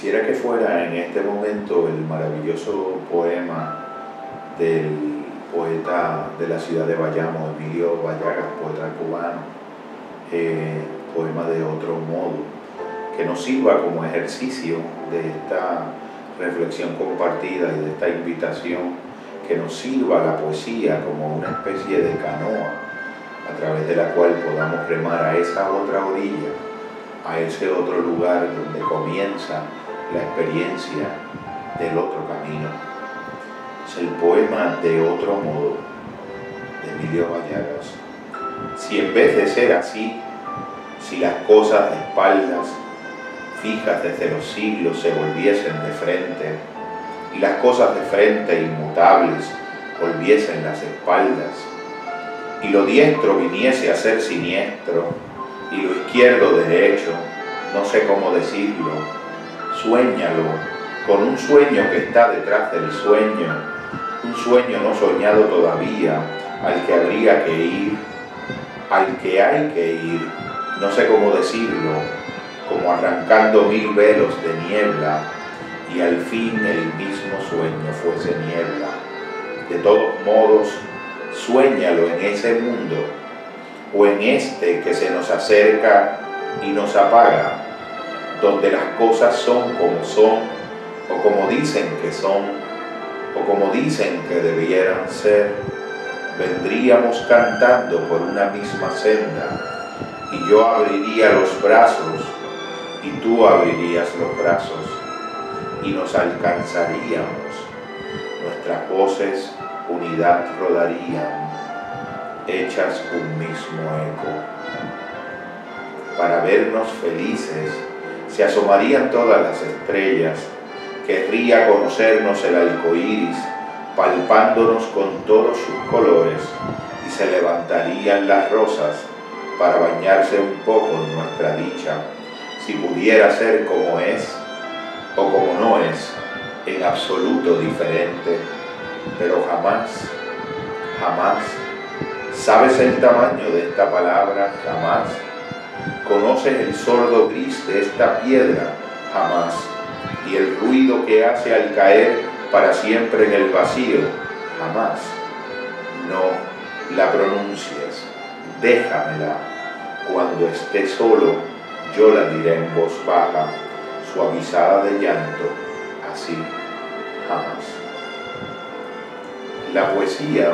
Quisiera que fuera en este momento el maravilloso poema del poeta de la ciudad de Bayamo, Emilio Vallagas, poeta cubano, poema de otro modo, que nos sirva como ejercicio de esta reflexión compartida y de esta invitación, que nos sirva la poesía como una especie de canoa a través de la cual podamos remar a esa otra orilla, a ese otro lugar donde comienza la experiencia del otro camino. Es el poema de otro modo, de Emilio Vallagas. Si en vez de ser así, si las cosas de espaldas, fijas desde los siglos, se volviesen de frente, y las cosas de frente inmutables volviesen las espaldas, y lo diestro viniese a ser siniestro, y lo izquierdo derecho, no sé cómo decirlo, suéñalo con un sueño que está detrás del sueño, un sueño no soñado todavía, al que habría que ir, al que hay que ir, no sé cómo decirlo, como arrancando 1000 velos de niebla, y al fin el mismo sueño fuese niebla. De todos modos, suéñalo en ese mundo, o en este que se nos acerca y nos apaga, donde las cosas son, o como dicen que son, o como dicen que debieran ser. Vendríamos cantando por una misma senda, y yo abriría los brazos, y tú abrirías los brazos, y nos alcanzaríamos. Nuestras voces unidad rodarían, hechas un mismo eco. Para vernos felices se asomarían todas las estrellas, querría conocernos el arco iris, palpándonos con todos sus colores, y se levantarían las rosas para bañarse un poco en nuestra dicha, si pudiera ser como es o como no es, en absoluto diferente, pero jamás, jamás. ¿Sabes el tamaño de esta palabra? Jamás. ¿Conoces el sordo gris de esta piedra? Jamás. ¿Y el ruido que hace al caer para siempre en el vacío? Jamás. No la pronuncies, déjamela. Cuando esté solo, yo la diré en voz baja, suavizada de llanto, así, jamás. La poesía,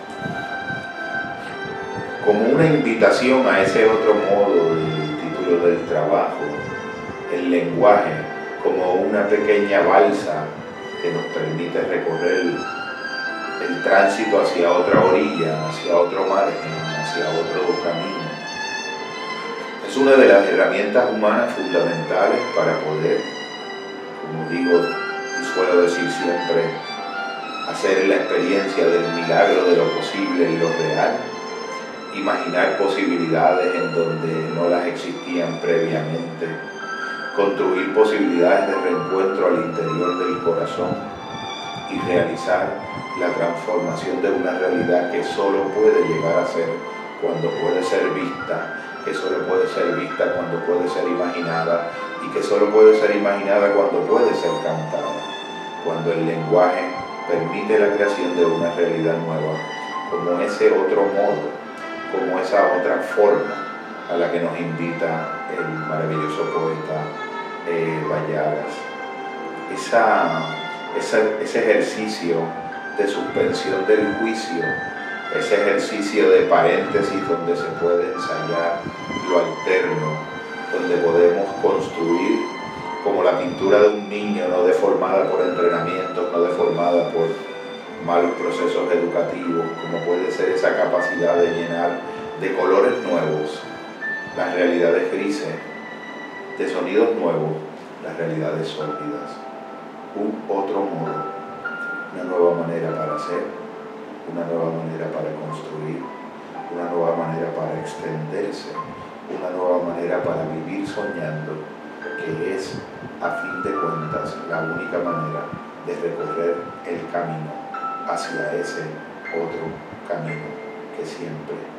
como una invitación a ese otro modo del título del trabajo, el lenguaje como una pequeña balsa que nos permite recorrer el tránsito hacia otra orilla, hacia otro margen, hacia otro camino. Es una de las herramientas humanas fundamentales para poder, como digo y suelo decir siempre, hacer la experiencia del milagro de lo posible y lo real, imaginar posibilidades en donde no las existían previamente, construir posibilidades de reencuentro al interior del corazón y realizar la transformación de una realidad que solo puede llegar a ser cuando puede ser vista, que solo puede ser vista cuando puede ser imaginada y que solo puede ser imaginada cuando puede ser cantada, cuando el lenguaje permite la creación de una realidad nueva, como ese otro modo, como esa otra forma a la que nos invita el maravilloso poeta Vallagas. Ese ejercicio de suspensión del juicio, ese ejercicio de paréntesis donde se puede ensayar lo alterno, donde podemos construir como la pintura de un niño, no deformada por entrenamientos, no deformada por malos procesos educativos, como puede ser esa capacidad de llenar de colores nuevos las realidades grises, de sonidos nuevos las realidades sórdidas. Un otro modo, una nueva manera para ser, una nueva manera para construir, una nueva manera para extenderse, una nueva manera para vivir soñando, que es, a fin de cuentas, la única manera de recorrer el camino hacia ese otro camino que siempre